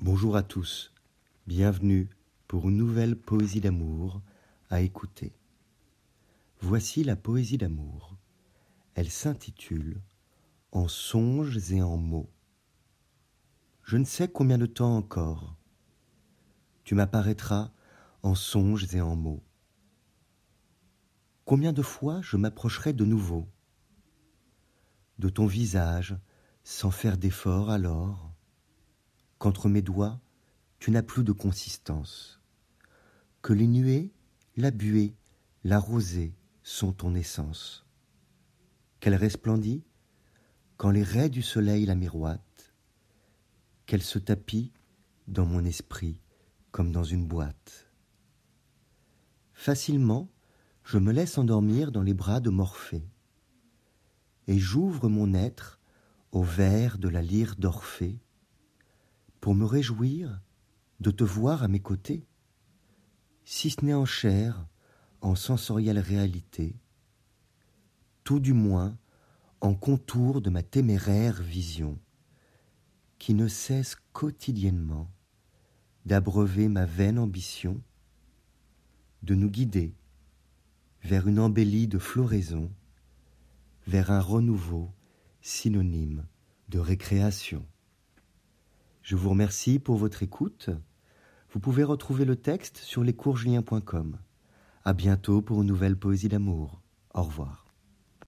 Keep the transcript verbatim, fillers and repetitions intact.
Bonjour à tous, bienvenue pour une nouvelle poésie d'amour à écouter. Voici la poésie d'amour. Elle s'intitule « En songes et en mots ». Je ne sais combien de temps encore. Tu m'apparaîtras en songes et en mots. Combien de fois je m'approcherai de nouveau de ton visage sans faire d'effort alors, qu'entre mes doigts tu n'as plus de consistance, que les nuées, la buée, la rosée sont ton essence, qu'elle resplendit quand les raies du soleil la miroitent, qu'elle se tapit dans mon esprit comme dans une boîte. Facilement, je me laisse endormir dans les bras de Morphée, et j'ouvre mon être au vers de la lyre d'Orphée, pour me réjouir de te voir à mes côtés, si ce n'est en chair, en sensorielle réalité, tout du moins en contour de ma téméraire vision, qui ne cesse quotidiennement d'abreuver ma vaine ambition, de nous guider vers une embellie de floraison, vers un renouveau synonyme de récréation. Je vous remercie pour votre écoute. Vous pouvez retrouver le texte sur lescoursjulien point com. À bientôt pour une nouvelle poésie d'amour. Au revoir.